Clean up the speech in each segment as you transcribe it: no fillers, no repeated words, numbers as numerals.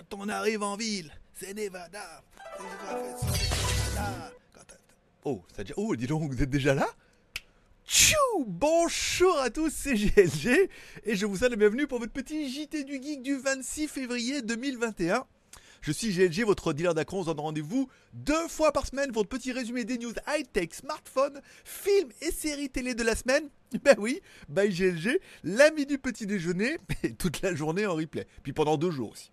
Quand on arrive en ville, c'est Nevada. Oh, ça déjà... oh, dis donc, vous êtes déjà là? Tchou! Bonjour à tous, c'est GLG et je vous souhaite la bienvenue pour votre petit JT du Geek du 26 février 2021. Je suis GLG, votre dealer d'accro. On se donne rendez-vous 2 fois par semaine pour votre petit résumé des news high-tech, smartphones, films et séries télé de la semaine. Ben oui, by GLG, l'ami du petit déjeuner et toute la journée en replay. Puis pendant 2 jours aussi.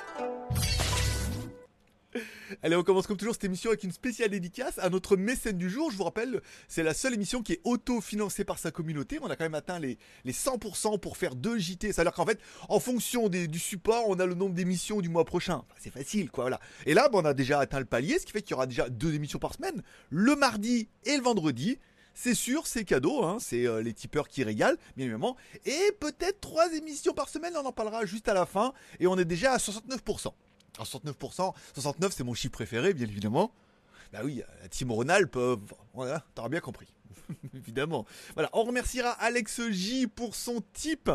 Allez, on commence comme toujours cette émission avec une spéciale dédicace à notre mécène du jour. Je vous rappelle, c'est la seule émission qui est auto-financée par sa communauté. On a quand même atteint les 100% pour faire 2 JT. C'est-à-dire qu'en fait, en fonction du support, on a le nombre d'émissions du mois prochain. Enfin, c'est facile, quoi, voilà. Et là, on a déjà atteint le palier, ce qui fait qu'il y aura déjà 2 émissions par semaine, le mardi et le vendredi. C'est sûr, c'est cadeau, hein, c'est les tipeurs qui régalent, bien évidemment. Et peut-être 3 émissions par semaine, on en parlera juste à la fin. Et on est déjà à 69%. Alors 69%, 69 c'est mon chiffre préféré, bien évidemment. Bah oui, la team Rhône-Alpes, voilà, t'auras bien compris. Évidemment. Voilà, on remerciera Alex J pour son tip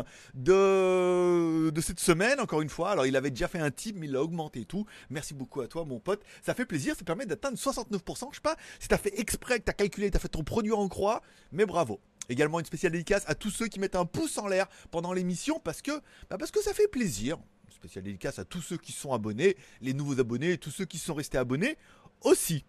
de cette semaine, encore une fois. Alors, il avait déjà fait un tip, mais il l'a augmenté et tout. Merci beaucoup à toi, mon pote. Ça fait plaisir, ça permet d'atteindre 69%. Je sais pas si t'as fait exprès, que t'as calculé, t'as fait ton produit en croix, mais bravo. Également une spéciale dédicace à tous ceux qui mettent un pouce en l'air pendant l'émission parce que ça fait plaisir. Spéciale dédicace à tous ceux qui sont abonnés, les nouveaux abonnés et tous ceux qui sont restés abonnés aussi.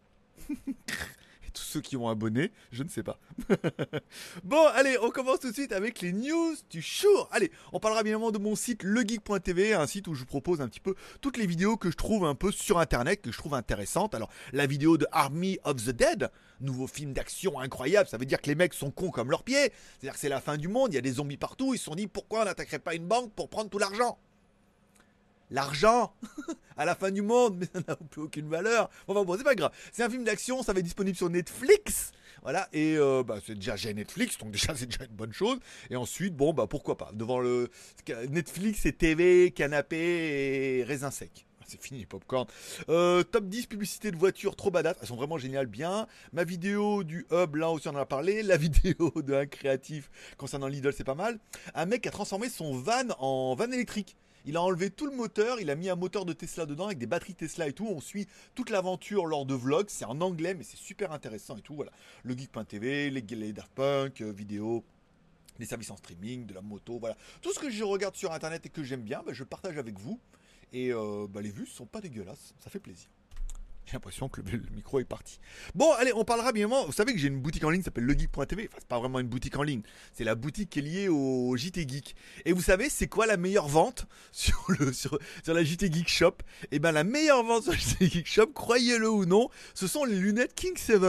Et tous ceux qui ont abonné, je ne sais pas. Bon, allez, on commence tout de suite avec les news du jour. Allez, on parlera bien évidemment de mon site legeek.tv, un site où je vous propose un petit peu toutes les vidéos que je trouve un peu sur internet, que je trouve intéressantes. Alors, la vidéo de Army of the Dead, nouveau film d'action incroyable, ça veut dire que les mecs sont cons comme leurs pieds. C'est-à-dire que c'est la fin du monde, il y a des zombies partout, ils se sont dit pourquoi on n'attaquerait pas une banque pour prendre tout l'argent. L'argent à la fin du monde, mais ça n'a plus aucune valeur. Enfin bon, c'est pas grave. C'est un film d'action, ça va être disponible sur Netflix. Voilà, et c'est déjà j'ai Netflix, donc déjà c'est déjà une bonne chose. Et ensuite, bon, pourquoi pas. Devant le Netflix, c'est TV, canapé et raisin sec. C'est fini les popcorn. Top 10 publicités de voitures trop badass. Elles sont vraiment géniales, bien. Ma vidéo du hub, là aussi on en a parlé. La vidéo d'un créatif concernant Lidl, c'est pas mal. Un mec a transformé son van en van électrique. Il a enlevé tout le moteur, il a mis un moteur de Tesla dedans avec des batteries Tesla et tout. On suit toute l'aventure lors de vlogs. C'est en anglais, mais c'est super intéressant et tout. Voilà. Le Geek.tv, les Daft Punk, vidéos, les services en streaming, de la moto, voilà. Tout ce que je regarde sur internet et que j'aime bien, je partage avec vous. Et les vues sont pas dégueulasses, ça fait plaisir. J'ai l'impression que le micro est parti. Bon, allez, on parlera bien évidemment. Vous savez que j'ai une boutique en ligne qui s'appelle legeek.tv. Enfin, c'est pas vraiment une boutique en ligne. C'est la boutique qui est liée au JT Geek. Et vous savez, c'est quoi la meilleure vente sur la JT Geek Shop? Et ben, la meilleure vente sur la JT Geek Shop, croyez-le ou non, ce sont les lunettes King 7.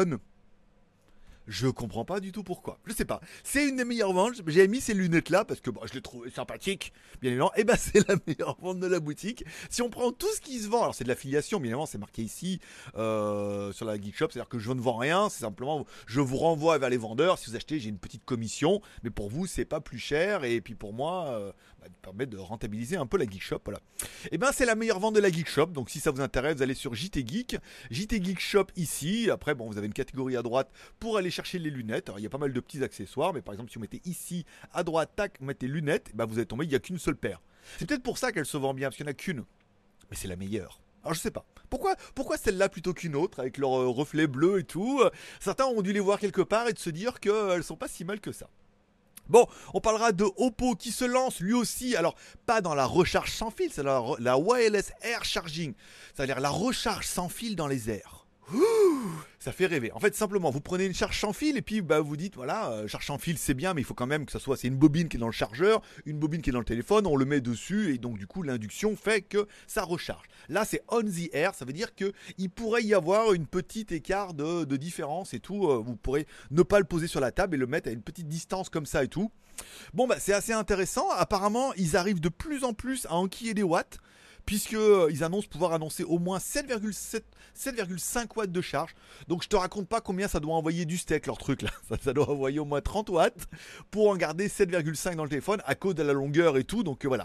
Je comprends pas du tout pourquoi. Je sais pas. C'est une des meilleures ventes. J'ai mis ces lunettes là parce que je les trouvais sympathiques. Bien évidemment. Et c'est la meilleure vente de la boutique. Si on prend tout ce qui se vend, alors c'est de l'affiliation, bien évidemment, c'est marqué ici sur la Geek Shop. C'est-à-dire que je ne vends rien. C'est simplement je vous renvoie vers les vendeurs. Si vous achetez, j'ai une petite commission. Mais pour vous, c'est pas plus cher. Et puis pour moi, ça permet de rentabiliser un peu la Geek Shop. Voilà. Et c'est la meilleure vente de la Geek Shop. Donc si ça vous intéresse, vous allez sur JT Geek. JT Geek Shop ici. Après, vous avez une catégorie à droite pour aller chercher les lunettes. Alors, il y a pas mal de petits accessoires, mais par exemple, si vous mettez ici à droite, tac, vous mettez lunettes, vous allez tomber, il n'y a qu'une seule paire. C'est peut-être pour ça qu'elle se vend bien, parce qu'il n'y en a qu'une. Mais c'est la meilleure. Alors, je sais pas. Pourquoi celle-là plutôt qu'une autre, avec leur reflet bleu et tout? Certains ont dû les voir quelque part et de se dire qu'elles sont pas si mal que ça. Bon, on parlera de Oppo qui se lance lui aussi, alors pas dans la recharge sans fil, c'est la wireless air charging, c'est-à-dire la recharge sans fil dans les airs. Ça fait rêver. En fait, simplement, vous prenez une charge sans fil et puis vous dites, voilà, charge sans fil c'est bien, mais il faut quand même que ça soit, c'est une bobine qui est dans le chargeur, une bobine qui est dans le téléphone, on le met dessus et donc du coup l'induction fait que ça recharge. Là, c'est on the air, ça veut dire que il pourrait y avoir une petite écart de différence et tout. Vous pourrez ne pas le poser sur la table et le mettre à une petite distance comme ça et tout. Bon, c'est assez intéressant. Apparemment, ils arrivent de plus en plus à enquiller des watts, puisqu'ils annoncent pouvoir annoncer au moins 7,5 watts de charge. Donc je te raconte pas combien ça doit envoyer du steak leur truc là. Ça doit envoyer au moins 30 watts pour en garder 7,5 dans le téléphone à cause de la longueur et tout. Donc voilà.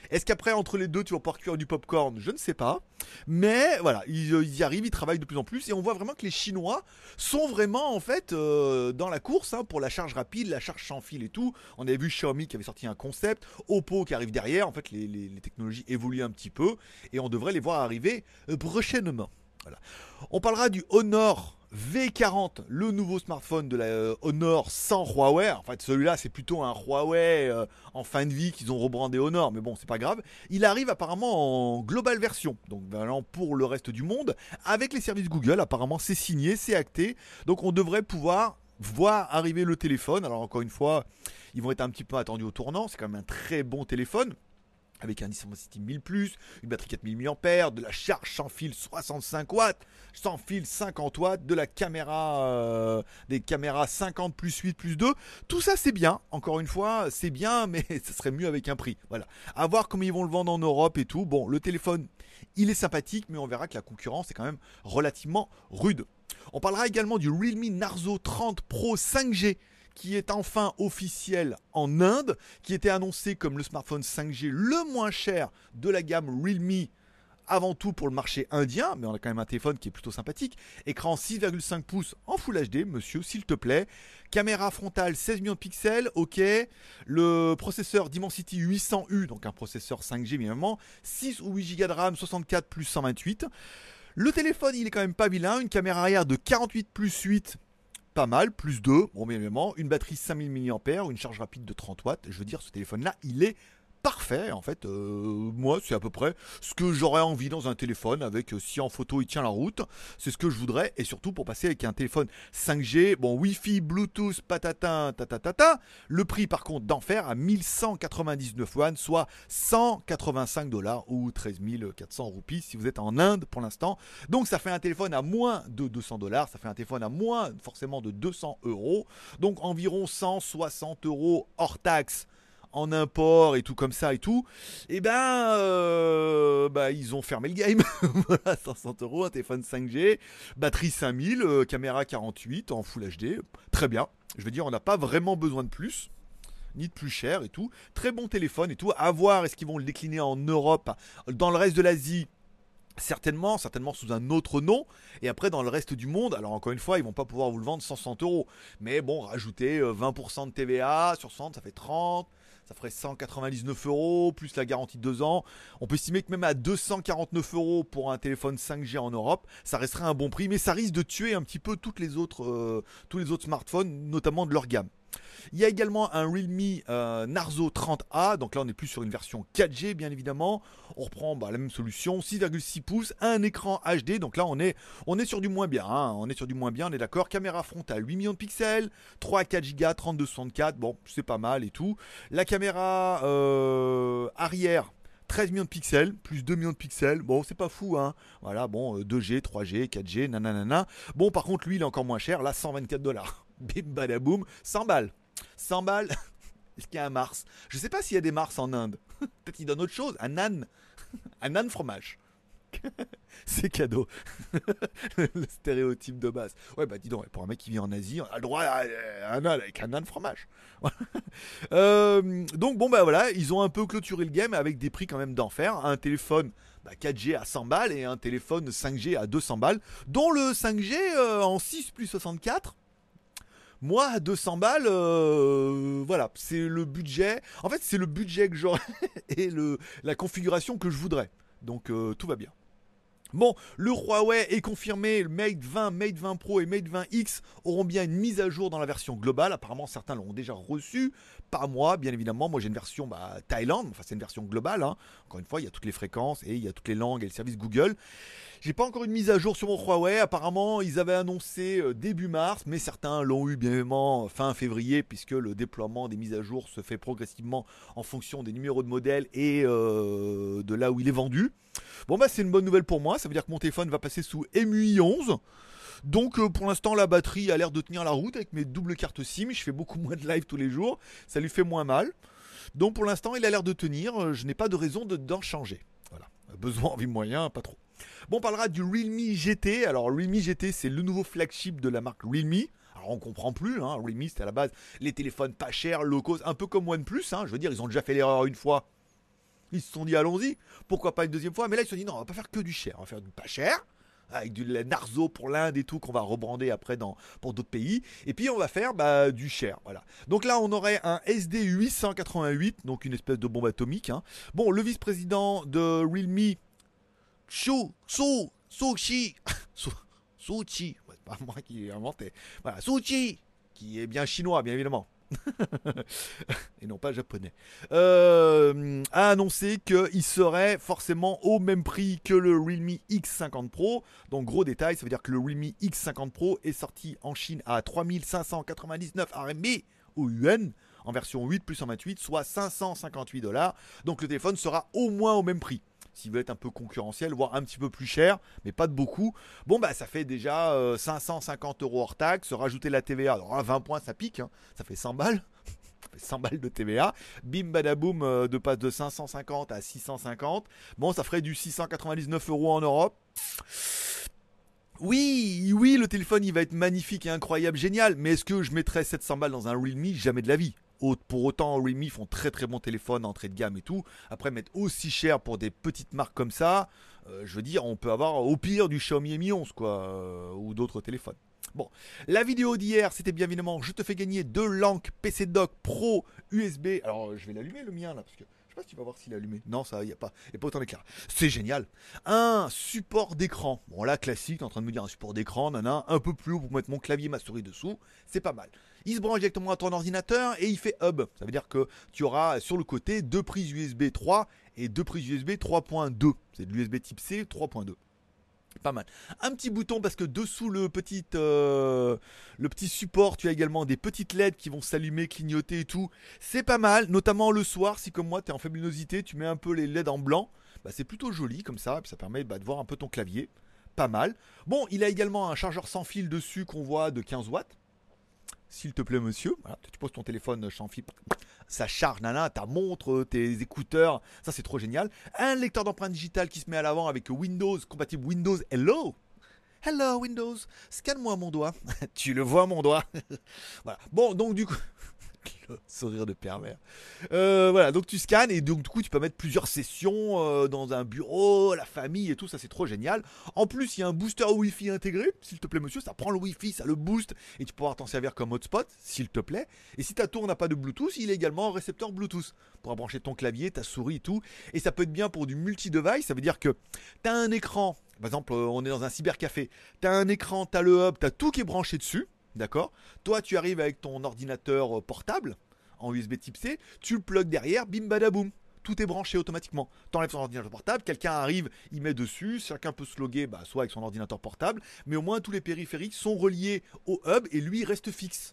Est-ce qu'après, entre les deux, tu vas pouvoir cuire du popcorn? Je ne sais pas. Mais voilà, ils y arrivent, ils travaillent de plus en plus. Et on voit vraiment que les Chinois sont vraiment, en fait, dans la course pour la charge rapide, la charge sans fil et tout. On avait vu Xiaomi qui avait sorti un concept, Oppo qui arrive derrière. En fait, les technologies évoluent un petit peu. Et on devrait les voir arriver prochainement. Voilà. On parlera du Honor V40, le nouveau smartphone de la Honor sans Huawei. En fait, celui-là, c'est plutôt un Huawei en fin de vie qu'ils ont rebrandé Honor, mais bon, c'est pas grave. Il arrive apparemment en global version, donc vraiment pour le reste du monde, avec les services Google. Apparemment, c'est signé, c'est acté, donc on devrait pouvoir voir arriver le téléphone. Alors encore une fois, ils vont être un petit peu attendus au tournant. C'est quand même un très bon téléphone, avec un Dimensity 1000+, une batterie 4000 mAh, de la charge sans fil 65 watts, sans fil 50 watts, de la caméra, des caméras 50 plus 8 plus 2. Tout ça c'est bien, encore une fois, c'est bien, mais ça serait mieux avec un prix. Voilà. À voir comment ils vont le vendre en Europe et tout. Bon, le téléphone, il est sympathique, mais on verra que la concurrence est quand même relativement rude. On parlera également du Realme Narzo 30 Pro 5G, qui est enfin officiel en Inde, qui était annoncé comme le smartphone 5G le moins cher de la gamme Realme, avant tout pour le marché indien, mais on a quand même un téléphone qui est plutôt sympathique. Écran 6,5 pouces en Full HD, monsieur, s'il te plaît. Caméra frontale 16 millions de pixels, ok. Le processeur Dimensity 800U, donc un processeur 5G évidemment, 6 ou 8 Go de RAM, 64 plus 128. Le téléphone, il est quand même pas vilain, une caméra arrière de 48 plus 8, pas mal, plus 2, bon bien évidemment, une batterie 5000 mAh, une charge rapide de 30 watts. Je veux dire, ce téléphone-là, il est parfait. En fait, moi, c'est à peu près ce que j'aurais envie dans un téléphone, avec si en photo il tient la route, c'est ce que je voudrais, et surtout pour passer avec un téléphone 5G, bon, Wi-Fi, Bluetooth, patata, tatatata. Le prix par contre d'enfer à 1199 yuan, soit 185 dollars ou 13 400 roupies si vous êtes en Inde pour l'instant. Donc ça fait un téléphone à moins de 200 dollars, ça fait un téléphone à moins forcément de 200 euros, donc environ 160 euros hors taxe en import et tout comme ça et tout. Et ils ont fermé le game. Voilà, 500 euros, un téléphone 5G, batterie 5000, caméra 48 en Full HD, très bien. Je veux dire, on n'a pas vraiment besoin de plus, ni de plus cher et tout. Très bon téléphone et tout. À voir, est-ce qu'ils vont le décliner en Europe, dans le reste de l'Asie? Certainement sous un autre nom. Et après, dans le reste du monde, alors encore une fois, ils vont pas pouvoir vous le vendre 160 euros. Mais bon, rajoutez 20% de TVA sur 60, ça fait 30. Ça ferait 199 euros, plus la garantie de 2 ans. On peut estimer que même à 249 euros pour un téléphone 5G en Europe, ça resterait un bon prix. Mais ça risque de tuer un petit peu tous les autres smartphones, notamment de leur gamme. Il y a également un Realme Narzo 30A, donc là on est plus sur une version 4G bien évidemment. On reprend la même solution, 6,6 pouces, un écran HD, donc là on est sur du moins bien, on est sur du moins bien, on est d'accord. Caméra frontale 8 millions de pixels, 3 à 4 Go, 32 64, bon c'est pas mal et tout. La caméra arrière 13 millions de pixels, plus 2 millions de pixels, bon c'est pas fou voilà, bon 2G, 3G, 4G, nanana. Bon par contre lui il est encore moins cher, là 124 dollars. Bim badaboum, 100 balles. 100 balles. Est-ce qu'il y a un Mars? Je sais pas s'il y a des Mars en Inde. Peut-être qu'ils donnent autre chose, un âne. Un âne fromage. C'est cadeau. Le stéréotype de base. Ouais, dis donc, pour un mec qui vit en Asie, on a le droit à un âne avec un âne fromage. Donc, voilà, ils ont un peu clôturé le game avec des prix quand même d'enfer. Un téléphone 4G à 100 balles et un téléphone 5G à 200 balles, dont le 5G en 6 plus 64. Moi, à 200 balles, voilà, c'est le budget. En fait, c'est le budget que j'aurais et la configuration que je voudrais. Donc, tout va bien. Bon, le Huawei est confirmé, le Mate 20, Mate 20 Pro et Mate 20X auront bien une mise à jour dans la version globale. Apparemment, certains l'ont déjà reçu, pas moi, bien évidemment. Moi, j'ai une version Thaïlande, enfin c'est une version globale. Encore une fois, il y a toutes les fréquences et il y a toutes les langues et le service Google. J'ai pas encore une mise à jour sur mon Huawei. Apparemment, ils avaient annoncé début mars, mais certains l'ont eu bien évidemment fin février, puisque le déploiement des mises à jour se fait progressivement en fonction des numéros de modèle et de là où il est vendu. Bon c'est une bonne nouvelle pour moi, ça veut dire que mon téléphone va passer sous MUI 11. Donc pour l'instant la batterie a l'air de tenir la route avec mes doubles cartes SIM, je fais beaucoup moins de live tous les jours, ça lui fait moins mal. Donc pour l'instant il a l'air de tenir, je n'ai pas de raison d'en changer. Voilà, besoin, envie, moyen, pas trop. Bon, on parlera du Realme GT. Alors Realme GT c'est le nouveau flagship de la marque Realme. Alors on comprend plus, Realme c'était à la base les téléphones pas chers, low cost, un peu comme OnePlus, je veux dire ils ont déjà fait l'erreur une fois. Ils se sont dit allons-y, pourquoi pas une deuxième fois. Mais là ils se sont dit non, on va pas faire que du cher, on va faire du pas cher. Avec du Narzo pour l'Inde et tout qu'on va rebrander après pour d'autres pays. Et puis on va faire du cher. Voilà. Donc là on aurait un SD 888, donc une espèce de bombe atomique. Hein. Bon, le vice-président de Realme, Souchi, Souchi, c'est pas moi qui l'ai inventé. Voilà, Souchi, qui est bien chinois, bien évidemment. Et non pas japonais, a annoncé qu'il serait forcément au même prix que le Realme X50 Pro. Donc gros détail, ça veut dire que le Realme X50 Pro est sorti en Chine à 3599 RMB ou yuan en version 8 plus 128, soit 558 $. Donc le téléphone sera au moins au même prix. S'il veut être un peu concurrentiel, voire un petit peu plus cher, mais pas de beaucoup. Bon, bah ça fait déjà 550 € hors taxe, rajouter la TVA. Alors à 20 points, ça pique, hein. Ça fait 100 balles. Ça fait 100 balles de TVA. Bim badaboum, de passe de 550 à 650. Bon, ça ferait du 699 € en Europe. Oui, le téléphone, il va être magnifique et incroyable, génial. Mais est-ce que je mettrais 700 balles dans un Realme? Jamais de la vie. Pour autant, Realme font très très bons téléphones, entrée de gamme et tout. Après, mettre aussi cher pour des petites marques comme ça, je veux dire, on peut avoir au pire du Xiaomi Mi 11, quoi, ou d'autres téléphones. Bon, la vidéo d'hier, c'était bien évidemment, je te fais gagner 2 Lank PC Dock Pro USB. Alors, je vais l'allumer le mien là, parce que je sais pas si tu vas voir s'il est allumé. Non, ça, il n'y a pas autant d'éclair. C'est génial. Un support d'écran. Bon, là, classique, t'es en train de me dire un support d'écran, nana, un peu plus haut pour mettre mon clavier, ma souris dessous. C'est pas mal. Il se branche directement à ton ordinateur et il fait hub. Ça veut dire que tu auras sur le côté 2 prises USB 3 et 2 prises USB 3.2. C'est de l'USB type C 3.2. Pas mal. Un petit bouton parce que dessous le petit support, tu as également des petites LED qui vont s'allumer, clignoter et tout. C'est pas mal, notamment le soir, si comme moi tu es en faible luminosité, tu mets un peu les LED en blanc. C'est plutôt joli comme ça, et puis ça permet de voir un peu ton clavier. Pas mal. Bon, il a également un chargeur sans fil dessus qu'on voit de 15 watts. S'il te plaît, monsieur. Voilà, tu poses ton téléphone sans fil, ça charge, nana, ta montre, tes écouteurs, ça c'est trop génial. Un lecteur d'empreintes digitales qui se met à l'avant avec Windows, compatible Windows Hello. Hello Windows, scanne-moi mon doigt. Tu le vois mon doigt. Voilà. Bon, donc du coup, le sourire de pervers. Voilà, donc tu scannes et donc du coup tu peux mettre plusieurs sessions dans un bureau, la famille et tout, ça c'est trop génial. En plus il y a un booster Wi-Fi intégré, s'il te plaît monsieur, ça prend le Wi-Fi, ça le booste et tu pourras t'en servir comme hotspot, s'il te plaît. Et si ta tour n'a pas de Bluetooth, il est également un récepteur Bluetooth pour brancher ton clavier, ta souris et tout. Et ça peut être bien pour du multi-device, ça veut dire que tu as un écran, par exemple on est dans un cybercafé, tu as un écran, tu as le hub, tu as tout qui est branché dessus. D'accord. Toi, tu arrives avec ton ordinateur portable en USB type C, tu le plugues derrière, bim badaboum. Tout est branché automatiquement. Tu enlèves ton ordinateur portable, quelqu'un arrive, il met dessus, chacun peut se loguer soit avec son ordinateur portable, mais au moins tous les périphériques sont reliés au hub et lui reste fixe.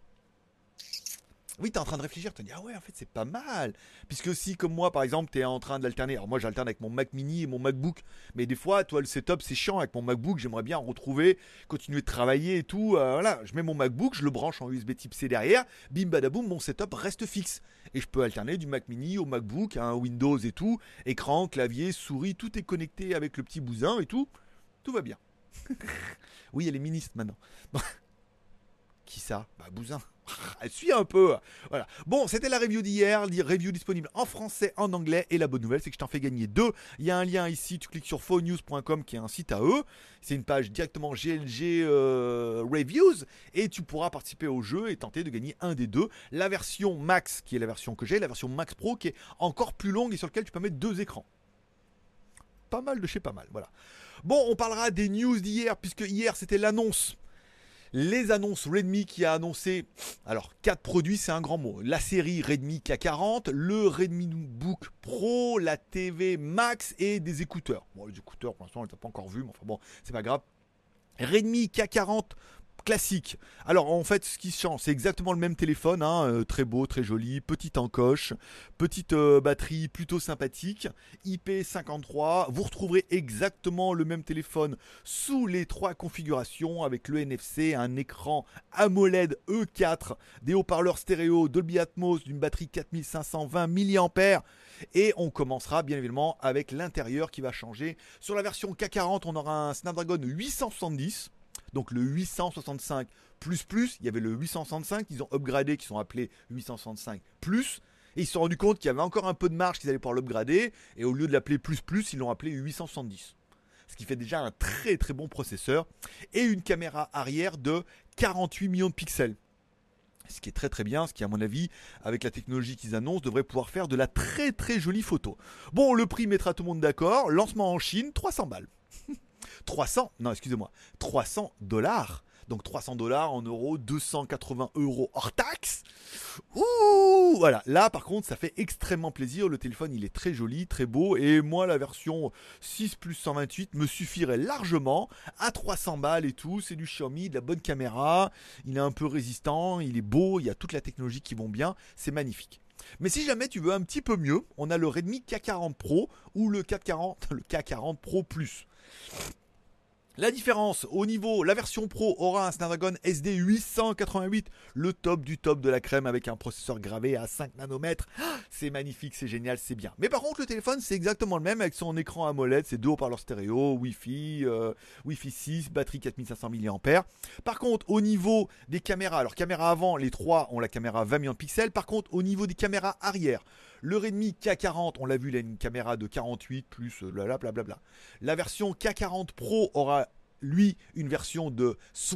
Oui, t'es en train de réfléchir, tu te dis ah ouais, en fait c'est pas mal. Puisque si comme moi par exemple, t'es en train d'alterner. Alors moi j'alterne avec mon Mac Mini et mon MacBook, mais des fois, toi le setup c'est chiant avec mon MacBook, j'aimerais bien retrouver, continuer de travailler et tout. Voilà, je mets mon MacBook, je le branche en USB type C derrière, bim badaboum, mon setup reste fixe. Et je peux alterner du Mac Mini au MacBook, à un Windows et tout, écran, clavier, souris, tout est connecté avec le petit bousin et tout. Tout va bien. Oui, elle est ministre maintenant. Qui ça? Bousin. Elle suit un peu. Voilà. Bon, c'était la review d'hier. Review disponible en français, en anglais. Et la bonne nouvelle, c'est que je t'en fais gagner 2. Il y a un lien ici. Tu cliques sur phonews.com qui est un site à eux. C'est une page directement GLG Reviews. Et tu pourras participer au jeu et tenter de gagner un des 2. La version Max, qui est la version que j'ai. La version Max Pro, qui est encore plus longue et sur laquelle tu peux mettre 2 écrans. Pas mal de chez pas mal. Voilà. Bon, on parlera des news d'hier, puisque hier, c'était l'annonce. Les annonces Redmi qui a annoncé, alors 4 produits c'est un grand mot, la série Redmi K40, le Redmi Book Pro, la TV Max et des écouteurs. Bon, les écouteurs pour l'instant on les a pas encore vus, mais enfin bon, c'est pas grave. Redmi K40 classique. Alors en fait ce qui change c'est exactement le même téléphone, hein, très beau, très joli, petite encoche, petite batterie plutôt sympathique, IP53, vous retrouverez exactement le même téléphone sous les 3 configurations avec le NFC, un écran AMOLED E4, des haut-parleurs stéréo, Dolby Atmos, d'une batterie 4520 mAh. Et on commencera bien évidemment avec l'intérieur qui va changer. Sur la version K40 on aura un Snapdragon 870. Donc le 865 plus, il y avait le 865 qu'ils ont upgradé, qui sont appelés 865 plus. Et ils se sont rendus compte qu'il y avait encore un peu de marge, qu'ils allaient pouvoir l'upgrader. Et au lieu de l'appeler plus plus, ils l'ont appelé 870. Ce qui fait déjà un très très bon processeur. Et une caméra arrière de 48 millions de pixels. Ce qui est très très bien, ce qui à mon avis, avec la technologie qu'ils annoncent, devrait pouvoir faire de la très très jolie photo. Bon, le prix mettra tout le monde d'accord. Lancement en Chine, 300 balles. 300, non excusez-moi, 300 dollars. Donc 300 dollars en euros, 280 euros hors taxe. Ouh, voilà. Là, par contre, ça fait extrêmement plaisir. Le téléphone, il est très joli, très beau. Et moi, la version 6 plus 128 me suffirait largement à 300 balles et tout. C'est du Xiaomi, de la bonne caméra. Il est un peu résistant, il est beau. Il y a toute la technologie qui vont bien. C'est magnifique. Mais si jamais tu veux un petit peu mieux, on a le Redmi K40 Pro ou le K40 Pro Plus. La différence au niveau, la version Pro aura un Snapdragon SD 888, le top du top de la crème avec un processeur gravé à 5 nanomètres. C'est magnifique, c'est génial, c'est bien. Mais par contre, le téléphone, c'est exactement le même avec son écran AMOLED, ses deux haut-parleurs stéréo, Wi-Fi, Wi-Fi 6, batterie 4500 mAh. Par contre, au niveau des caméras, alors caméra avant, les trois ont la caméra 20 millions de pixels. Par contre, au niveau des caméras arrière, le Redmi K40, on l'a vu, il a une caméra de 48 plus blablabla. La version K40 Pro aura lui une version de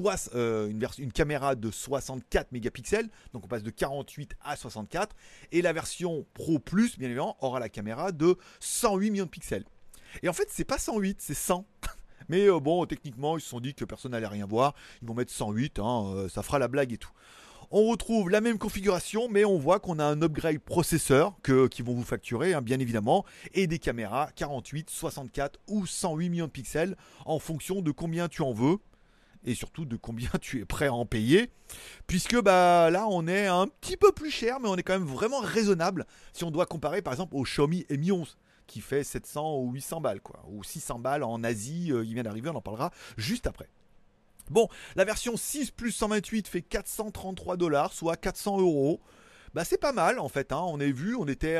une caméra de 64 mégapixels, donc on passe de 48 à 64, et la version Pro Plus, bien évidemment, aura la caméra de 108 millions de pixels. Et en fait, c'est pas 108, c'est 100. Mais bon, techniquement, ils se sont dit que personne n'allait rien voir. Ils vont mettre 108, ça fera la blague et tout. On retrouve la même configuration, mais on voit qu'on a un upgrade processeur qui vont vous facturer, bien évidemment, et des caméras 48, 64 ou 108 millions de pixels en fonction de combien tu en veux et surtout de combien tu es prêt à en payer. Puisque là, on est un petit peu plus cher, mais on est quand même vraiment raisonnable si on doit comparer par exemple au Xiaomi Mi 11 qui fait 700 ou 800 balles, quoi, ou 600 balles en Asie, il vient d'arriver, on en parlera juste après. Bon, la version 6 plus 128 fait 433 dollars, soit 400 euros. Bah c'est pas mal en fait, on a vu, on était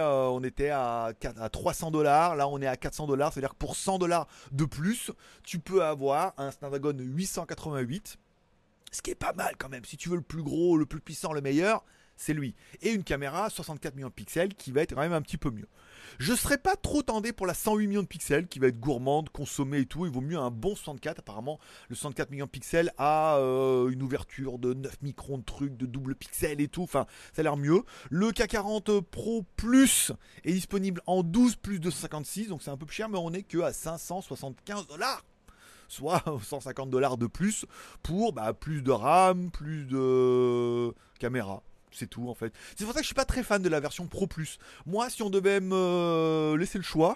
à 300 dollars, là on est à 400 dollars, c'est-à-dire que pour 100 dollars de plus, tu peux avoir un Snapdragon 888, ce qui est pas mal quand même. Si tu veux le plus gros, le plus puissant, le meilleur, c'est lui. Et une caméra 64 millions de pixels qui va être quand même un petit peu mieux. Je serais pas trop tendé pour la 108 millions de pixels qui va être gourmande, consommée et tout. Il vaut mieux un bon 64. Apparemment, le 64 millions de pixels a une ouverture de 9 microns de trucs, de double pixel et tout. Enfin, ça a l'air mieux. Le K40 Pro Plus est disponible en 12 plus 256. Donc c'est un peu plus cher, mais on est que à 575 dollars. Soit 150 dollars de plus pour plus de RAM, plus de caméra. C'est tout en fait. C'est pour ça que je suis pas très fan de la version Pro Plus. Moi, si on devait me laisser le choix,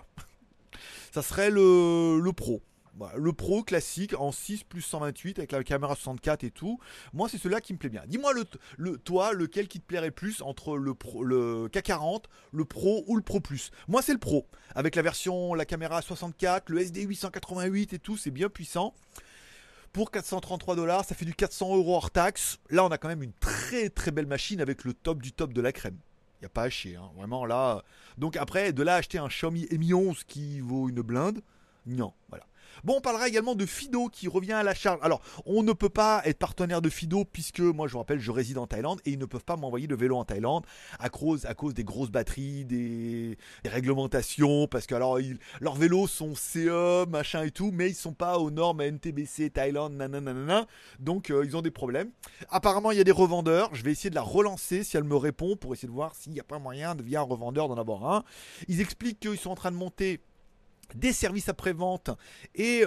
ça serait le Pro. Voilà, le Pro classique en 6 plus 128 avec la caméra 64 et tout. Moi, c'est celui-là qui me plaît bien. Dis-moi toi, lequel qui te plairait plus entre le K40, le Pro ou le Pro Plus. Moi, c'est le Pro. Avec la caméra 64, le SD 888 et tout, c'est bien puissant. Pour 433 dollars, ça fait du 400 euros hors taxe. Là, on a quand même une très très belle machine avec le top du top de la crème. Il n'y a pas à chier, vraiment là. Donc après, de là acheter un Xiaomi Mi 11 qui vaut une blinde, non, voilà. Bon, on parlera également de Fido qui revient à la charge. Alors, on ne peut pas être partenaire de Fido puisque moi, je vous rappelle, je réside en Thaïlande et ils ne peuvent pas m'envoyer de vélo en Thaïlande à cause des grosses batteries, des réglementations, parce que alors leurs vélos sont CE, machin et tout, mais ils sont pas aux normes NTBC Thaïlande, nanana. Donc, ils ont des problèmes. Apparemment, il y a des revendeurs. Je vais essayer de la relancer si elle me répond pour essayer de voir s'il n'y a pas moyen de via un revendeur d'en avoir un. Ils expliquent qu'ils sont en train de monter des services après-vente et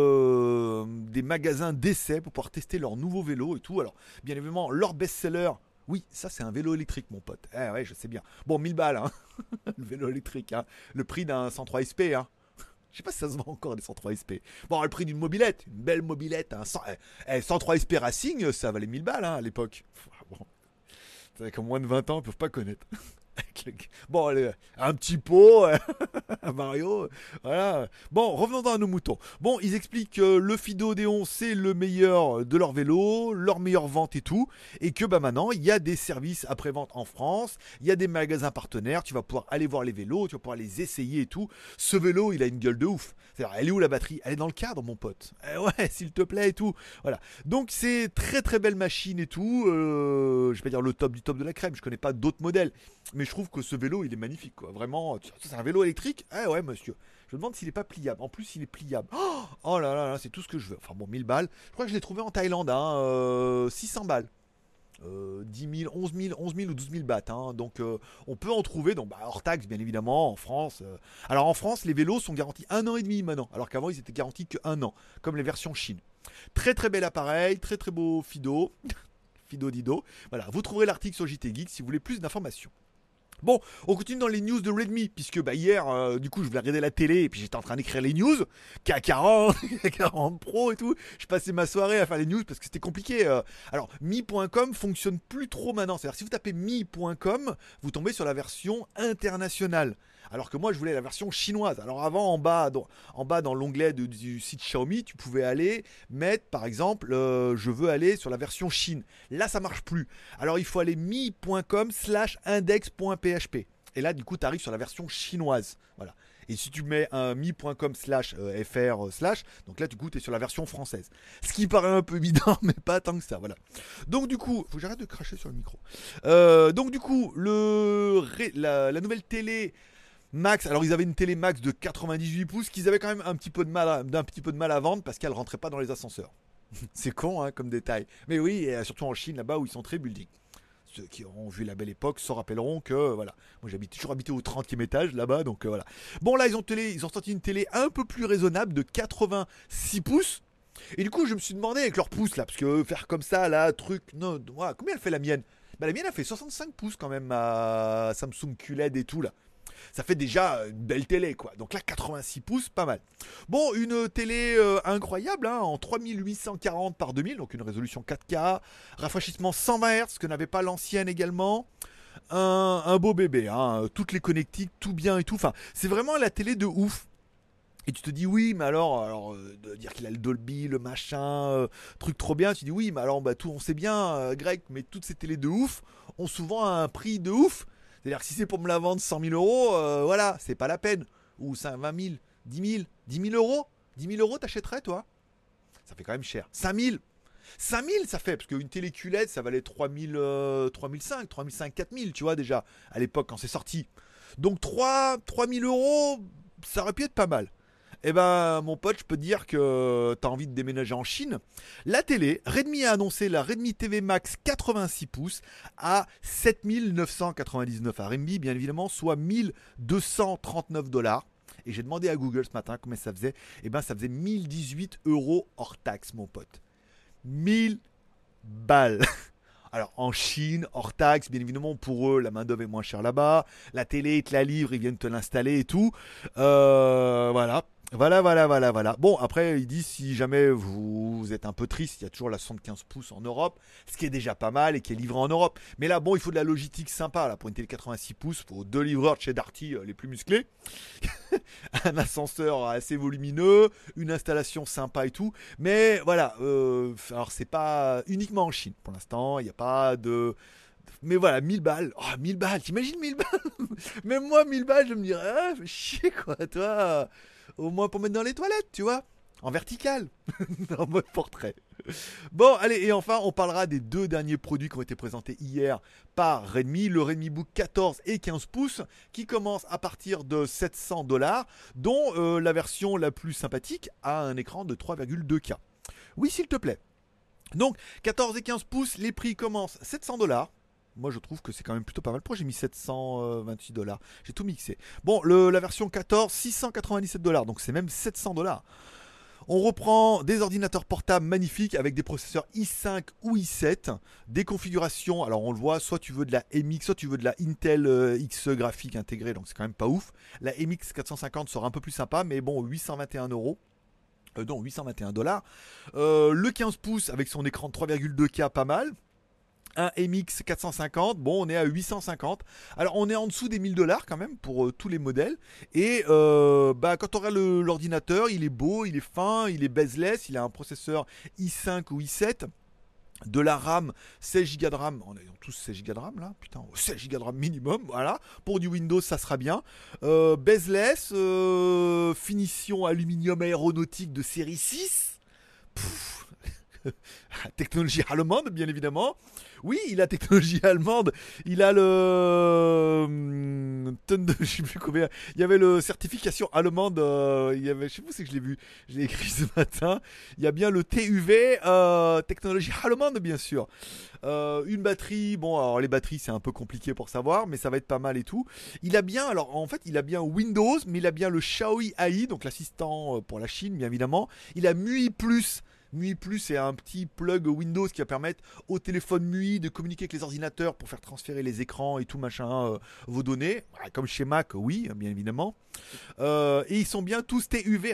des magasins d'essai pour pouvoir tester leurs nouveaux vélos et tout. Alors, bien évidemment, leur best-seller, oui, ça c'est un vélo électrique, mon pote. Ouais, je sais bien. Bon, 1000 balles, le vélo électrique, le prix d'un 103 SP, Je sais pas si ça se vend encore des 103 SP. Bon, le prix d'une mobilette, une belle mobilette, 103 SP Racing, ça valait 1000 balles à l'époque. Bon, c'est vrai qu'en moins de 20 ans, ils peuvent pas connaître. Bon, allez, un petit pot, Mario, voilà. Bon, revenons à nos moutons. Bon, ils expliquent que le Fido Odéon, c'est le meilleur de leur vélo, leur meilleure vente et tout, et que maintenant, il y a des services après-vente en France, il y a des magasins partenaires, tu vas pouvoir aller voir les vélos, tu vas pouvoir les essayer et tout. Ce vélo, il a une gueule de ouf. C'est-à-dire, elle est où la batterie? Elle est dans le cadre, mon pote. Ouais, s'il te plaît et tout. Voilà. Donc, c'est très très belle machine et tout. Je vais pas dire le top du top de la crème, je connais pas d'autres modèles, mais je trouve trouve que ce vélo, il est magnifique, quoi. Vraiment, c'est un vélo électrique. Eh ouais, monsieur. Je me demande s'il est pas pliable. En plus, il est pliable. Oh là là là, c'est tout ce que je veux. Enfin bon, 1000 balles. Je crois que je l'ai trouvé en Thaïlande, 600 balles. 10 000, 11 000, 11 000 ou 12 000 bahts. Donc on peut en trouver, donc hors taxe bien évidemment, en France. Alors en France, les vélos sont garantis 1 an et demi maintenant, alors qu'avant ils étaient garantis que 1 an, comme les versions Chine. Très très bel appareil, très très beau Fido. Fido Dido. Voilà, vous trouverez l'article sur JT Geek si vous voulez plus d'informations. Bon, on continue dans les news de Redmi, puisque hier, du coup, je voulais regarder la télé et puis j'étais en train d'écrire les news. K40, K40 Pro et tout. Je passais ma soirée à faire les news parce que c'était compliqué. Alors, mi.com fonctionne plus trop maintenant. C'est-à-dire, si vous tapez mi.com, vous tombez sur la version internationale. Alors que moi, je voulais la version chinoise. Alors avant, en bas dans l'onglet du site Xiaomi, tu pouvais aller mettre, par exemple, je veux aller sur la version Chine. Là, ça marche plus. Alors, il faut aller mi.com/index.php. Et là, du coup, tu arrives sur la version chinoise. Voilà. Et si tu mets un mi.com/fr/, donc là, du coup, tu es sur la version française. Ce qui paraît un peu évident, mais pas tant que ça. Voilà. Donc, du coup, faut que j'arrête de cracher sur le micro. Donc, du coup, la nouvelle télé Max, alors ils avaient une télé Max de 98 pouces qu'ils avaient quand même un petit peu de mal à vendre parce qu'elle rentrait pas dans les ascenseurs. C'est con comme détail. Mais oui, et surtout en Chine là-bas où ils sont très building. Ceux qui auront vu la belle époque se rappelleront que voilà, moi j'ai toujours habité au 30e étage là-bas, donc voilà. Bon là ils ont sorti une télé un peu plus raisonnable de 86 pouces. Et du coup je me suis demandé avec leur pouce là, parce que faire comme ça là, non, voilà, combien elle fait la mienne? Bah la mienne elle fait 65 pouces quand même, ma Samsung QLED et tout là. Ça fait déjà une belle télé quoi. Donc là 86 pouces, pas mal. Bon, une télé incroyable en 3840 par 2000, donc une résolution 4K, rafraîchissement 120 Hz, ce que n'avait pas l'ancienne également. Un beau bébé, toutes les connectiques, tout bien et tout. Enfin, c'est vraiment la télé de ouf. Et tu te dis oui, mais alors de dire qu'il a le Dolby, le machin, truc trop bien, tu dis oui, mais alors tout on sait bien, Greg, mais toutes ces télés de ouf ont souvent un prix de ouf. C'est-à-dire que si c'est pour me la vendre 100 000 euros, voilà, c'est pas la peine. Ou 20 000, 10 000, 10 000 euros 10 000 euros, t'achèterais, toi? Ça fait quand même cher. 5 000 5 000, ça fait, parce qu'une télé QLED, ça valait 3 000, 3 500, 3 500, 4 000, tu vois, déjà, à l'époque, quand c'est sorti. Donc 3 000 euros, ça aurait pu être pas mal. Eh ben, mon pote, je peux te dire que t'as envie de déménager en Chine. La télé, Redmi a annoncé la Redmi TV Max 86 pouces à 7 999 RMB, bien évidemment, soit 1239 $. Et j'ai demandé à Google ce matin combien ça faisait. Eh ben, ça faisait 1018 euros hors taxe, mon pote. 1000 balles. Alors en Chine, hors taxe, bien évidemment, pour eux, la main-d'œuvre est moins chère là-bas. La télé, ils te la livrent, ils viennent te l'installer et tout. Voilà. Voilà. Bon, après, ils disent si jamais vous êtes un peu triste, il y a toujours la 75 pouces en Europe, ce qui est déjà pas mal et qui est livré en Europe. Mais là, bon, il faut de la logistique sympa. Là, pour une télé 86 pouces, il faut 2 livreurs de chez Darty, les plus musclés. Un ascenseur assez volumineux, une installation sympa et tout. Mais voilà, alors c'est pas uniquement en Chine pour l'instant, il n'y a pas de... Mais voilà, 1000 balles. Oh, 1000 balles, t'imagines 1000 balles? Même moi, 1000 balles, je me dirais, fais chier quoi, toi. Au moins pour mettre dans les toilettes, tu vois. En vertical. En mode portrait. Bon, allez, et enfin, on parlera des deux derniers produits qui ont été présentés hier par Redmi. Le Redmi Book 14 et 15 pouces, qui commence à partir de 700 $, dont la version la plus sympathique a un écran de 3,2K. Oui, s'il te plaît. Donc, 14 et 15 pouces, les prix commencent 700 $. Moi je trouve que c'est quand même plutôt pas mal. Pourquoi j'ai mis 728 $? J'ai tout mixé. Bon, la version 14, 697 $. Donc c'est même 700 $. On reprend des ordinateurs portables magnifiques avec des processeurs i5 ou i7. Des configurations, alors on le voit, soit tu veux de la MX, soit tu veux de la Intel Xe graphique intégrée. Donc c'est quand même pas ouf. La MX 450 sera un peu plus sympa, mais bon, 821 €. Donc 821 $. Le 15 pouces avec son écran de 3,2K, pas mal. Un MX 450, bon on est à 850. Alors on est en dessous des 1000 $ quand même pour tous les modèles. Et quand on regarde l'ordinateur, il est beau, il est fin, il est bezeless, il a un processeur i5 ou i7. De la RAM, 16 Go de RAM, on a tous 16 Go de RAM là, putain, 16 Go de RAM minimum, voilà, pour du Windows ça sera bien. Bezeless, finition aluminium aéronautique de série 6. Technologie allemande, bien évidemment. Oui, il a technologie allemande. Il a le je sais plus combien. Il y avait le certification allemande. Il y avait, je sais pas si je l'ai vu. Je l'ai écrit ce matin. Il y a bien le TUV, technologie allemande, bien sûr. Une batterie. Bon, alors les batteries, c'est un peu compliqué pour savoir, mais ça va être pas mal et tout. Il a bien, alors en fait, il a bien Windows, mais il a bien le Xiaomi AI, donc l'assistant pour la Chine, bien évidemment. Il a MUI Plus. MUI Plus, c'est un petit plug Windows qui va permettre au téléphone MUI de communiquer avec les ordinateurs pour faire transférer les écrans et tout machin, vos données. Comme chez Mac, oui, bien évidemment. Et ils sont bien tous TUV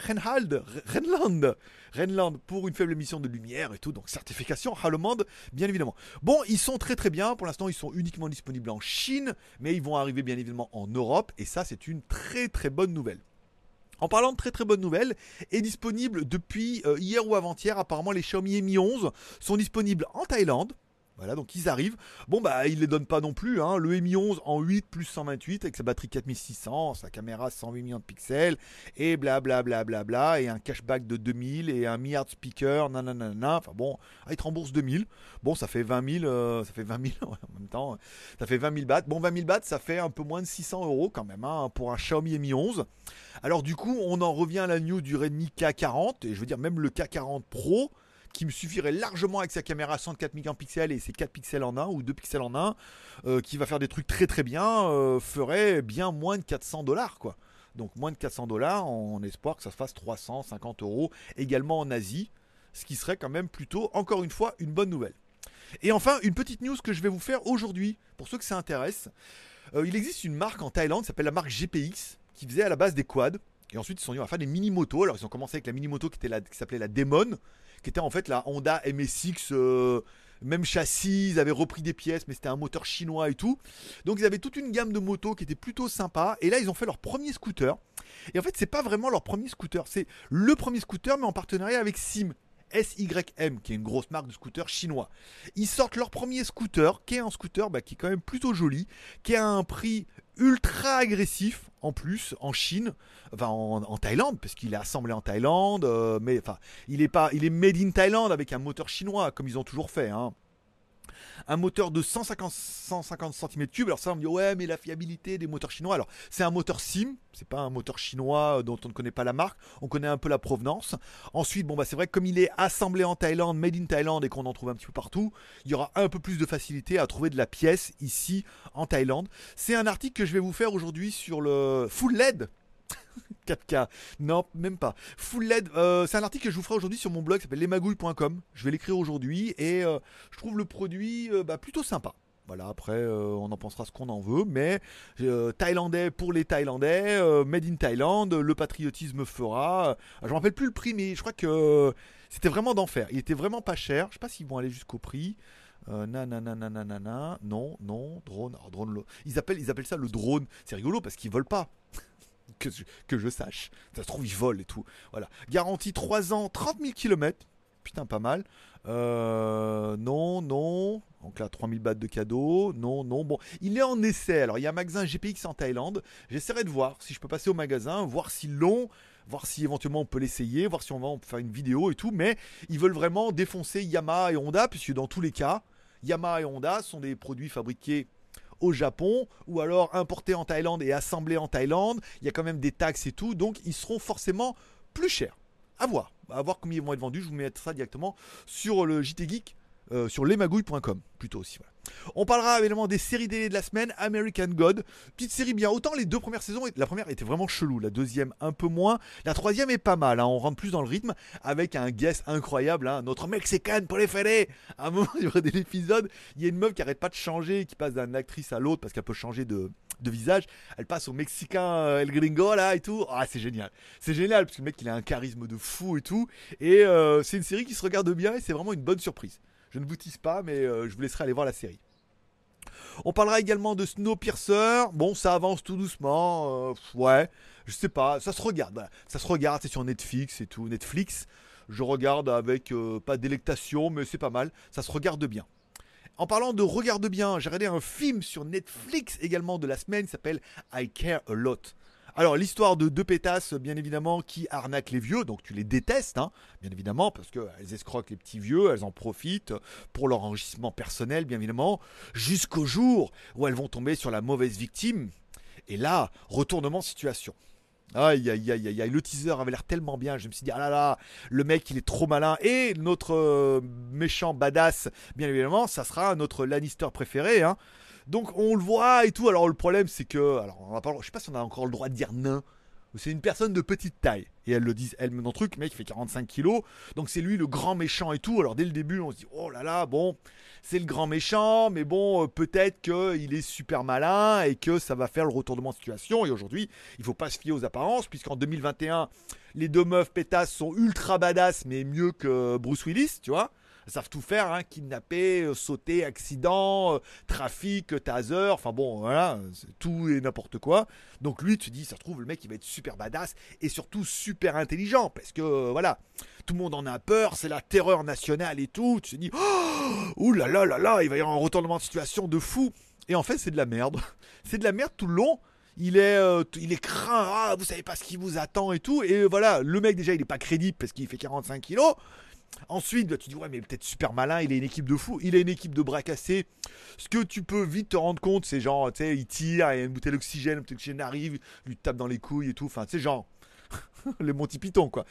Rhenland pour une faible émission de lumière et tout. Donc certification allemande, bien évidemment. Bon, ils sont très très bien. Pour l'instant, ils sont uniquement disponibles en Chine, mais ils vont arriver bien évidemment en Europe. Et ça, c'est une très très bonne nouvelle. En parlant de très très bonne nouvelle, est disponible depuis hier ou avant-hier, apparemment les Xiaomi Mi 11 sont disponibles en Thaïlande. Voilà, donc ils arrivent. Bon, bah, ils les donnent pas non plus. Hein. Le Mi 11 en 8 plus 128 avec sa batterie 4600, sa caméra 108 millions de pixels, et blablabla, et un cashback de 2000 et un milliard de speaker, nanana. Enfin bon, il te rembourse 2000. Bon, ça fait 20 000, ça fait 20 000 en même temps. Ça fait 20 000 bahts. Bon, 20 000 bahts, ça fait un peu moins de 600 € quand même hein, pour un Xiaomi Mi 11. Alors du coup, on en revient à la news du Redmi K40, et je veux dire même le K40 Pro, qui me suffirait largement avec sa caméra 104 mégapixels et ses 4 pixels en 1 ou 2 pixels en 1, qui va faire des trucs très très bien, ferait bien moins de 400$ quoi. Donc moins de 400$ en espoir que ça se fasse 350€ également en Asie, ce qui serait quand même plutôt, encore une fois, une bonne nouvelle. Et enfin, une petite news que je vais vous faire aujourd'hui, pour ceux que ça intéresse. Il existe une marque en Thaïlande qui s'appelle la marque GPX, qui faisait à la base des quads. Et ensuite, ils sont venus à faire des mini-motos. Alors, ils ont commencé avec la mini-moto qui s'appelait la Demon, qui était en fait la Honda MSX, même châssis. Ils avaient repris des pièces, mais c'était un moteur chinois et tout. Donc, ils avaient toute une gamme de motos qui était plutôt sympa. Et là, ils ont fait leur premier scooter. Et en fait, c'est pas vraiment leur premier scooter. C'est le premier scooter, mais en partenariat avec SIM. SYM, qui est une grosse marque de scooter chinois. Ils sortent leur premier scooter, qui est un scooter qui est quand même plutôt joli, qui a un prix ultra agressif en plus en Chine, enfin en Thaïlande, parce qu'il est assemblé en Thaïlande, mais enfin il est made in Thaïlande avec un moteur chinois comme ils ont toujours fait. Hein. Un moteur de 150 cm3. Alors ça, on me dit, ouais, mais la fiabilité des moteurs chinois. Alors, c'est un moteur SIM. C'est pas un moteur chinois dont on ne connaît pas la marque. On connaît un peu la provenance. Ensuite, bon, bah, c'est vrai que comme il est assemblé en Thaïlande, made in Thaïlande et qu'on en trouve un petit peu partout, il y aura un peu plus de facilité à trouver de la pièce ici en Thaïlande. C'est un article que je vais vous faire aujourd'hui sur le full LED. 4K, non, même pas. Full LED, c'est un article que je vous ferai aujourd'hui sur mon blog qui s'appelle lesmagouilles.com. Je vais l'écrire aujourd'hui et je trouve le produit plutôt sympa. Voilà, après, on en pensera ce qu'on en veut, mais thaïlandais pour les Thaïlandais, made in Thaïlande, le patriotisme fera. Je ne me rappelle plus le prix, mais je crois que c'était vraiment d'enfer. Il était vraiment pas cher. Je sais pas s'ils vont aller jusqu'au prix. Nanana, non, drone. Alors, drone, ils appellent ça le drone. C'est rigolo parce qu'ils volent pas. Que je sache. Ça se trouve, ils volent et tout. Voilà. Garantie 3 ans, 30 000 km. Putain, pas mal. Non. Donc là, 3000 bahts de cadeau. Non. Bon, il est en essai. Alors, il y a un magasin GPX en Thaïlande. J'essaierai de voir si je peux passer au magasin, voir s'ils l'ont, voir si éventuellement on peut l'essayer, voir si on va en faire une vidéo et tout. Mais ils veulent vraiment défoncer Yamaha et Honda, puisque dans tous les cas, Yamaha et Honda sont des produits fabriqués au Japon ou alors importés en Thaïlande et assemblés en Thaïlande. Il y a quand même des taxes et tout, donc ils seront forcément plus chers. À voir combien ils vont être vendus. Je vous mets ça directement sur le JT Geek, sur lesmagouilles.com plutôt aussi. Voilà. On parlera évidemment des séries télé de la semaine. American God, petite série bien. Autant les deux premières saisons, la première était vraiment chelou, la deuxième un peu moins, la troisième est pas mal. Hein. On rentre plus dans le rythme avec un guest incroyable, hein. Notre mexicain préféré. À un moment de l'épisode, il y a une meuf qui arrête pas de changer, qui passe d'une actrice à l'autre parce qu'elle peut changer de visage. Elle passe au mexicain El Gringo là et tout. Ah, c'est génial parce que le mec il a un charisme de fou et tout. Et c'est une série qui se regarde bien et c'est vraiment une bonne surprise. Je ne vous tease pas, mais je vous laisserai aller voir la série. On parlera également de Snowpiercer. Bon, ça avance tout doucement. Ouais, je sais pas. Ça se regarde. Voilà. Ça se regarde. C'est sur Netflix et tout. Netflix, je regarde avec pas délectation, mais c'est pas mal. Ça se regarde bien. En parlant de regarde bien, j'ai regardé un film sur Netflix également de la semaine qui s'appelle I Care a Lot. Alors, l'histoire de deux pétasses, bien évidemment, qui arnaquent les vieux, donc tu les détestes, hein, bien évidemment, parce qu'elles escroquent les petits vieux, elles en profitent pour leur enrichissement personnel, bien évidemment, jusqu'au jour où elles vont tomber sur la mauvaise victime. Et là, retournement de situation. Aïe aïe aïe aïe aïe, le teaser avait l'air tellement bien, je me suis dit ah là là, le mec il est trop malin et notre méchant badass, bien évidemment, ça sera notre Lannister préféré, hein. Donc on le voit et tout. Alors le problème c'est que, alors on va pas, je sais pas si on a encore le droit de dire nain. C'est une personne de petite taille. Et elle le dit elle-même dans le truc, le mec il fait 45 kilos. Donc c'est lui le grand méchant et tout. Alors dès le début on se dit oh là là, bon, c'est le grand méchant, mais bon, peut-être qu'il est super malin et que ça va faire le retournement de situation. Et aujourd'hui, il faut pas se fier aux apparences, puisqu'en 2021, les deux meufs pétasses sont ultra badass, mais mieux que Bruce Willis, tu vois. Elles savent tout faire, hein, kidnapper, sauter, accident, trafic, taser, enfin bon, voilà, c'est tout et n'importe quoi. Donc lui, tu te dis, ça se trouve, le mec, il va être super badass et surtout super intelligent, parce que, voilà, tout le monde en a peur, c'est la terreur nationale et tout. Tu te dis, oh, ouh là là là là, il va y avoir un retournement de situation de fou. Et en fait, c'est de la merde. C'est de la merde tout le long. Il est craint, ah, vous savez pas ce qui vous attend et tout. Et voilà, le mec, déjà, il est pas crédible parce qu'il fait 45 kilos. Ensuite, bah, tu dis, ouais, mais peut-être super malin, il a une équipe de fous, il a une équipe de bras cassés. Ce que tu peux vite te rendre compte, c'est genre, tu sais, il tire, il y a une bouteille d'oxygène arrive, lui tape dans les couilles et tout. Enfin, tu sais, genre, les Monty Python, quoi.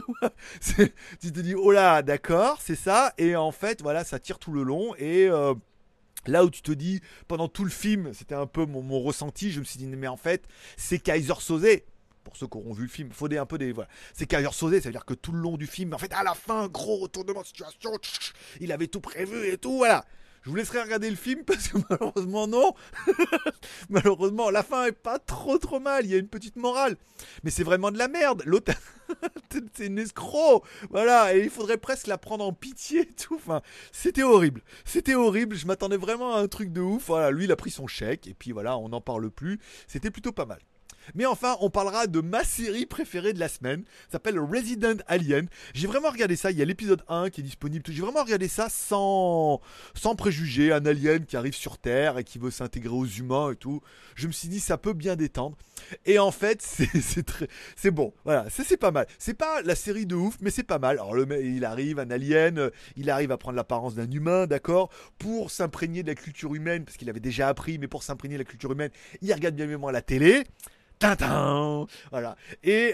Tu te dis, oh là, d'accord, c'est ça. Et en fait, voilà, ça tire tout le long. Et là où tu te dis, pendant tout le film, c'était un peu mon ressenti, je me suis dit, mais en fait, c'est Kaiser Soze. Pour ceux qui auront vu le film, faut un peu des. Voilà. C'est Kaiser Soze, ça veut dire que tout le long du film, en fait, à la fin, gros retournement de situation, il avait tout prévu et tout, voilà. Je vous laisserai regarder le film parce que malheureusement, non. Malheureusement, la fin est pas trop mal, il y a une petite morale. Mais c'est vraiment de la merde. L'autre, c'est une escroc. Voilà, et il faudrait presque la prendre en pitié et tout. Enfin, c'était horrible. C'était horrible, je m'attendais vraiment à un truc de ouf. Voilà, lui, il a pris son chèque et puis voilà, on n'en parle plus. C'était plutôt pas mal. Mais enfin, on parlera de ma série préférée de la semaine. Ça s'appelle Resident Alien. J'ai vraiment regardé ça. Il y a l'épisode 1 qui est disponible. J'ai vraiment regardé ça sans préjugés. Un alien qui arrive sur Terre et qui veut s'intégrer aux humains et tout. Je me suis dit, ça peut bien détendre. Et en fait, c'est bon. Voilà, c'est pas mal. C'est pas la série de ouf, mais c'est pas mal. Alors, le mec, il arrive, un alien. Il arrive à prendre l'apparence d'un humain, d'accord, pour s'imprégner de la culture humaine, parce qu'il avait déjà appris, mais pour s'imprégner de la culture humaine, il regarde bien évidemment la télé. Tintin, voilà. Et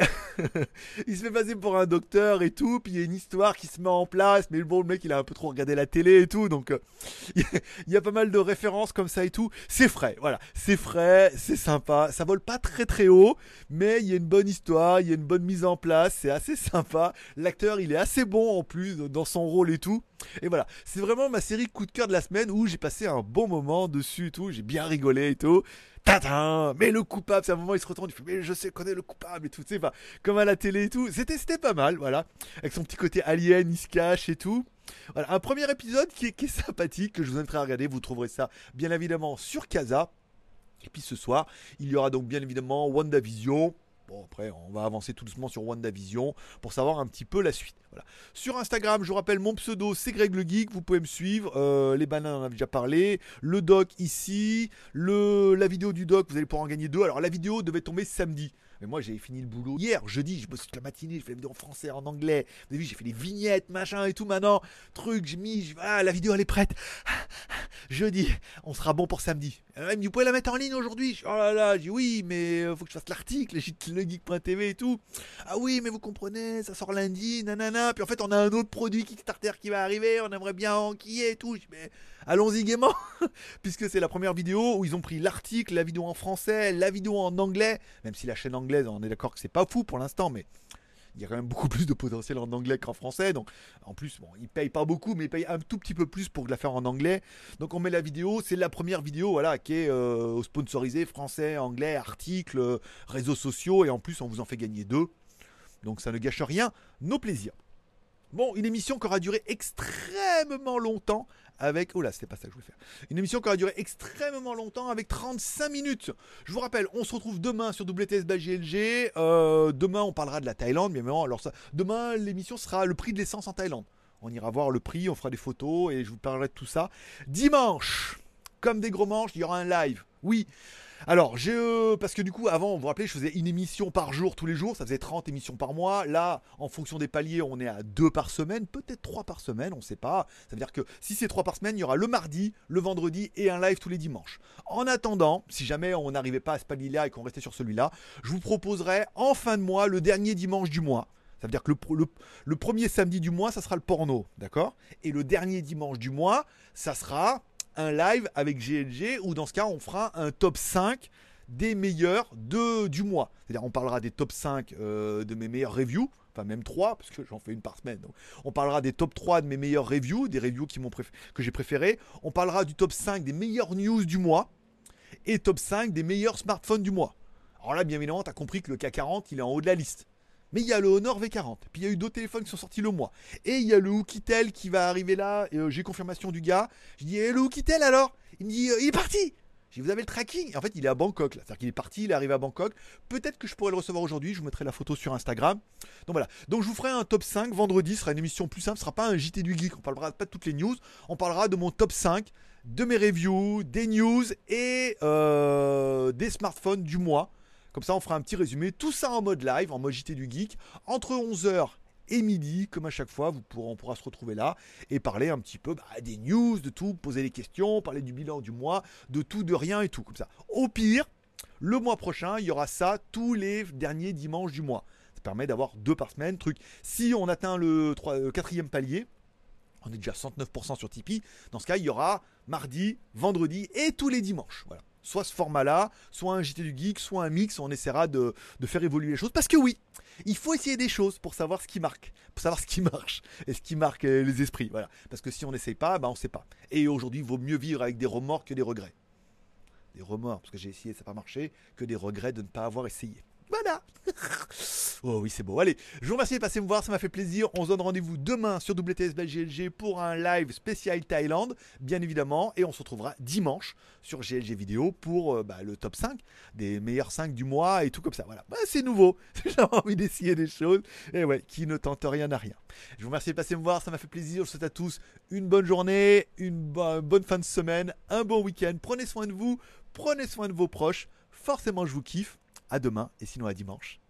il se fait passer pour un docteur et tout, puis il y a une histoire qui se met en place, mais bon, le mec il a un peu trop regardé la télé et tout, donc il y a pas mal de références comme ça et tout. C'est frais, voilà, c'est frais, c'est sympa, ça vole pas très haut, mais il y a une bonne histoire, il y a une bonne mise en place, c'est assez sympa. L'acteur il est assez bon en plus dans son rôle et tout. Et voilà, c'est vraiment ma série coup de cœur de la semaine où j'ai passé un bon moment dessus et tout, j'ai bien rigolé et tout. Tadam, mais le coupable, c'est un moment il se retourne, il fait mais je sais connais le coupable et tout, tu sais, enfin, comme à la télé et tout, c'était pas mal, voilà, avec son petit côté alien, il se cache et tout. Voilà, un premier épisode qui est sympathique, que je vous inviterai à regarder, vous trouverez ça bien évidemment sur Casa. Et puis ce soir, il y aura donc bien évidemment WandaVision. Bon, après, on va avancer tout doucement sur WandaVision pour savoir un petit peu la suite. Voilà. Sur Instagram, je vous rappelle, mon pseudo, c'est Greg le Geek. Vous pouvez me suivre. Les bananes, on en a déjà parlé. Le doc ici. La vidéo du doc, vous allez pouvoir en gagner 2. Alors, la vidéo devait tomber samedi. Mais moi, j'ai fini le boulot hier, jeudi. Je bosse toute la matinée. Je fais la vidéo en français, en anglais. Vous avez vu, j'ai fait les vignettes, machin et tout. Maintenant, truc, j'ai mis. La vidéo, elle est prête. Jeudi, on sera bon pour samedi. Il me dit, vous pouvez la mettre en ligne aujourd'hui. Oh là là, je dis oui, mais faut que je fasse l'article, legeek.tv et tout. Ah oui, mais vous comprenez, ça sort lundi, nanana. Puis en fait, on a un autre produit Kickstarter qui va arriver, on aimerait bien enquiller et tout. Je dis, mais allons-y gaiement, puisque c'est la première vidéo où ils ont pris l'article, la vidéo en français, la vidéo en anglais. Même si la chaîne anglaise, on est d'accord que c'est pas fou pour l'instant, mais il y a quand même beaucoup plus de potentiel en anglais qu'en français. Donc, en plus, bon, ils payent pas beaucoup, mais ils payent un tout petit peu plus pour la faire en anglais. Donc, on met la vidéo. C'est la première vidéo, voilà, qui est sponsorisée français, anglais, articles, réseaux sociaux. Et en plus, on vous en fait gagner 2. Donc, ça ne gâche rien. Nos plaisirs. Bon, une émission qui aura duré extrêmement longtemps avec... Oh là, c'était pas ça que je voulais faire. Une émission qui aura duré extrêmement longtemps avec 35 minutes. Je vous rappelle, on se retrouve demain sur WTS GLG. Demain, on parlera de la Thaïlande, bien évidemment. Alors ça, demain, l'émission sera le prix de l'essence en Thaïlande. On ira voir le prix, on fera des photos et je vous parlerai de tout ça. Dimanche, comme des gros manches, il y aura un live. Oui. Alors, parce que du coup, avant, vous vous rappelez, je faisais une émission par jour, tous les jours, ça faisait 30 émissions par mois. Là, en fonction des paliers, on est à 2 par semaine, peut-être 3 par semaine, on ne sait pas. Ça veut dire que si c'est 3 par semaine, il y aura le mardi, le vendredi et un live tous les dimanches. En attendant, si jamais on n'arrivait pas à ce palier-là et qu'on restait sur celui-là, je vous proposerai en fin de mois, le dernier dimanche du mois. Ça veut dire que le premier samedi du mois, ça sera le porno, d'accord? Et le dernier dimanche du mois, ça sera un live avec GLG où dans ce cas on fera un top 5 des meilleurs du mois. C'est-à-dire on parlera des top 5 de mes meilleures reviews, enfin même 3 parce que j'en fais une par semaine. Donc on parlera des top 3 de mes meilleures reviews, des reviews que j'ai préférées. On parlera du top 5 des meilleures news du mois et top 5 des meilleurs smartphones du mois. Alors là bien évidemment tu as compris que le K40 il est en haut de la liste. Mais il y a le Honor V40. Puis il y a eu d'autres téléphones qui sont sortis le mois. Et il y a le Oukitel qui va arriver là. Et j'ai confirmation du gars. Je dis, le Oukitel alors? Il me dit, il est parti. Je dis, vous avez le tracking? Et en fait, il est à Bangkok. C'est-à-dire qu'il est parti, il est arrivé à Bangkok. Peut-être que je pourrais le recevoir aujourd'hui. Je vous mettrai la photo sur Instagram. Donc voilà. Donc je vous ferai un top 5 vendredi. Ce sera une émission plus simple. Ce ne sera pas un JT du Geek. On parlera pas de toutes les news. On parlera de mon top 5, de mes reviews, des news et des smartphones du mois. Comme ça, on fera un petit résumé. Tout ça en mode live, en mode JT du Geek. Entre 11h et midi, comme à chaque fois, on pourra se retrouver là et parler un petit peu des news, de tout, poser des questions, parler du bilan du mois, de tout, de rien et tout. Comme ça. Au pire, le mois prochain, il y aura ça tous les derniers dimanches du mois. Ça permet d'avoir 2 par semaine. Truc. Si on atteint le 4e palier, on est déjà à 109% sur Tipeee. Dans ce cas, il y aura mardi, vendredi et tous les dimanches. Voilà. Soit ce format-là, soit un JT du Geek, soit un mix, on essaiera de faire évoluer les choses. Parce que oui, il faut essayer des choses pour savoir ce qui marque, pour savoir ce qui marche et ce qui marque les esprits. Voilà. Parce que si on n'essaye pas, on ne sait pas. Et aujourd'hui, il vaut mieux vivre avec des remords que des regrets. Des remords, parce que j'ai essayé, ça n'a pas marché, que des regrets de ne pas avoir essayé. Voilà. Oh oui, c'est beau. Allez, je vous remercie de passer me voir, ça m'a fait plaisir. On se donne rendez-vous demain sur WTS GLG pour un live spécial Thaïlande, bien évidemment. Et on se retrouvera dimanche sur GLG Vidéo pour le top 5 des meilleurs 5 du mois et tout comme ça. Voilà, c'est nouveau. J'ai envie d'essayer des choses. Et ouais, qui ne tente rien n'a rien. Je vous remercie de passer me voir, ça m'a fait plaisir. Je vous souhaite à tous une bonne journée, une bonne fin de semaine, un bon week-end. Prenez soin de vous, prenez soin de vos proches. Forcément, je vous kiffe. À demain et sinon à dimanche.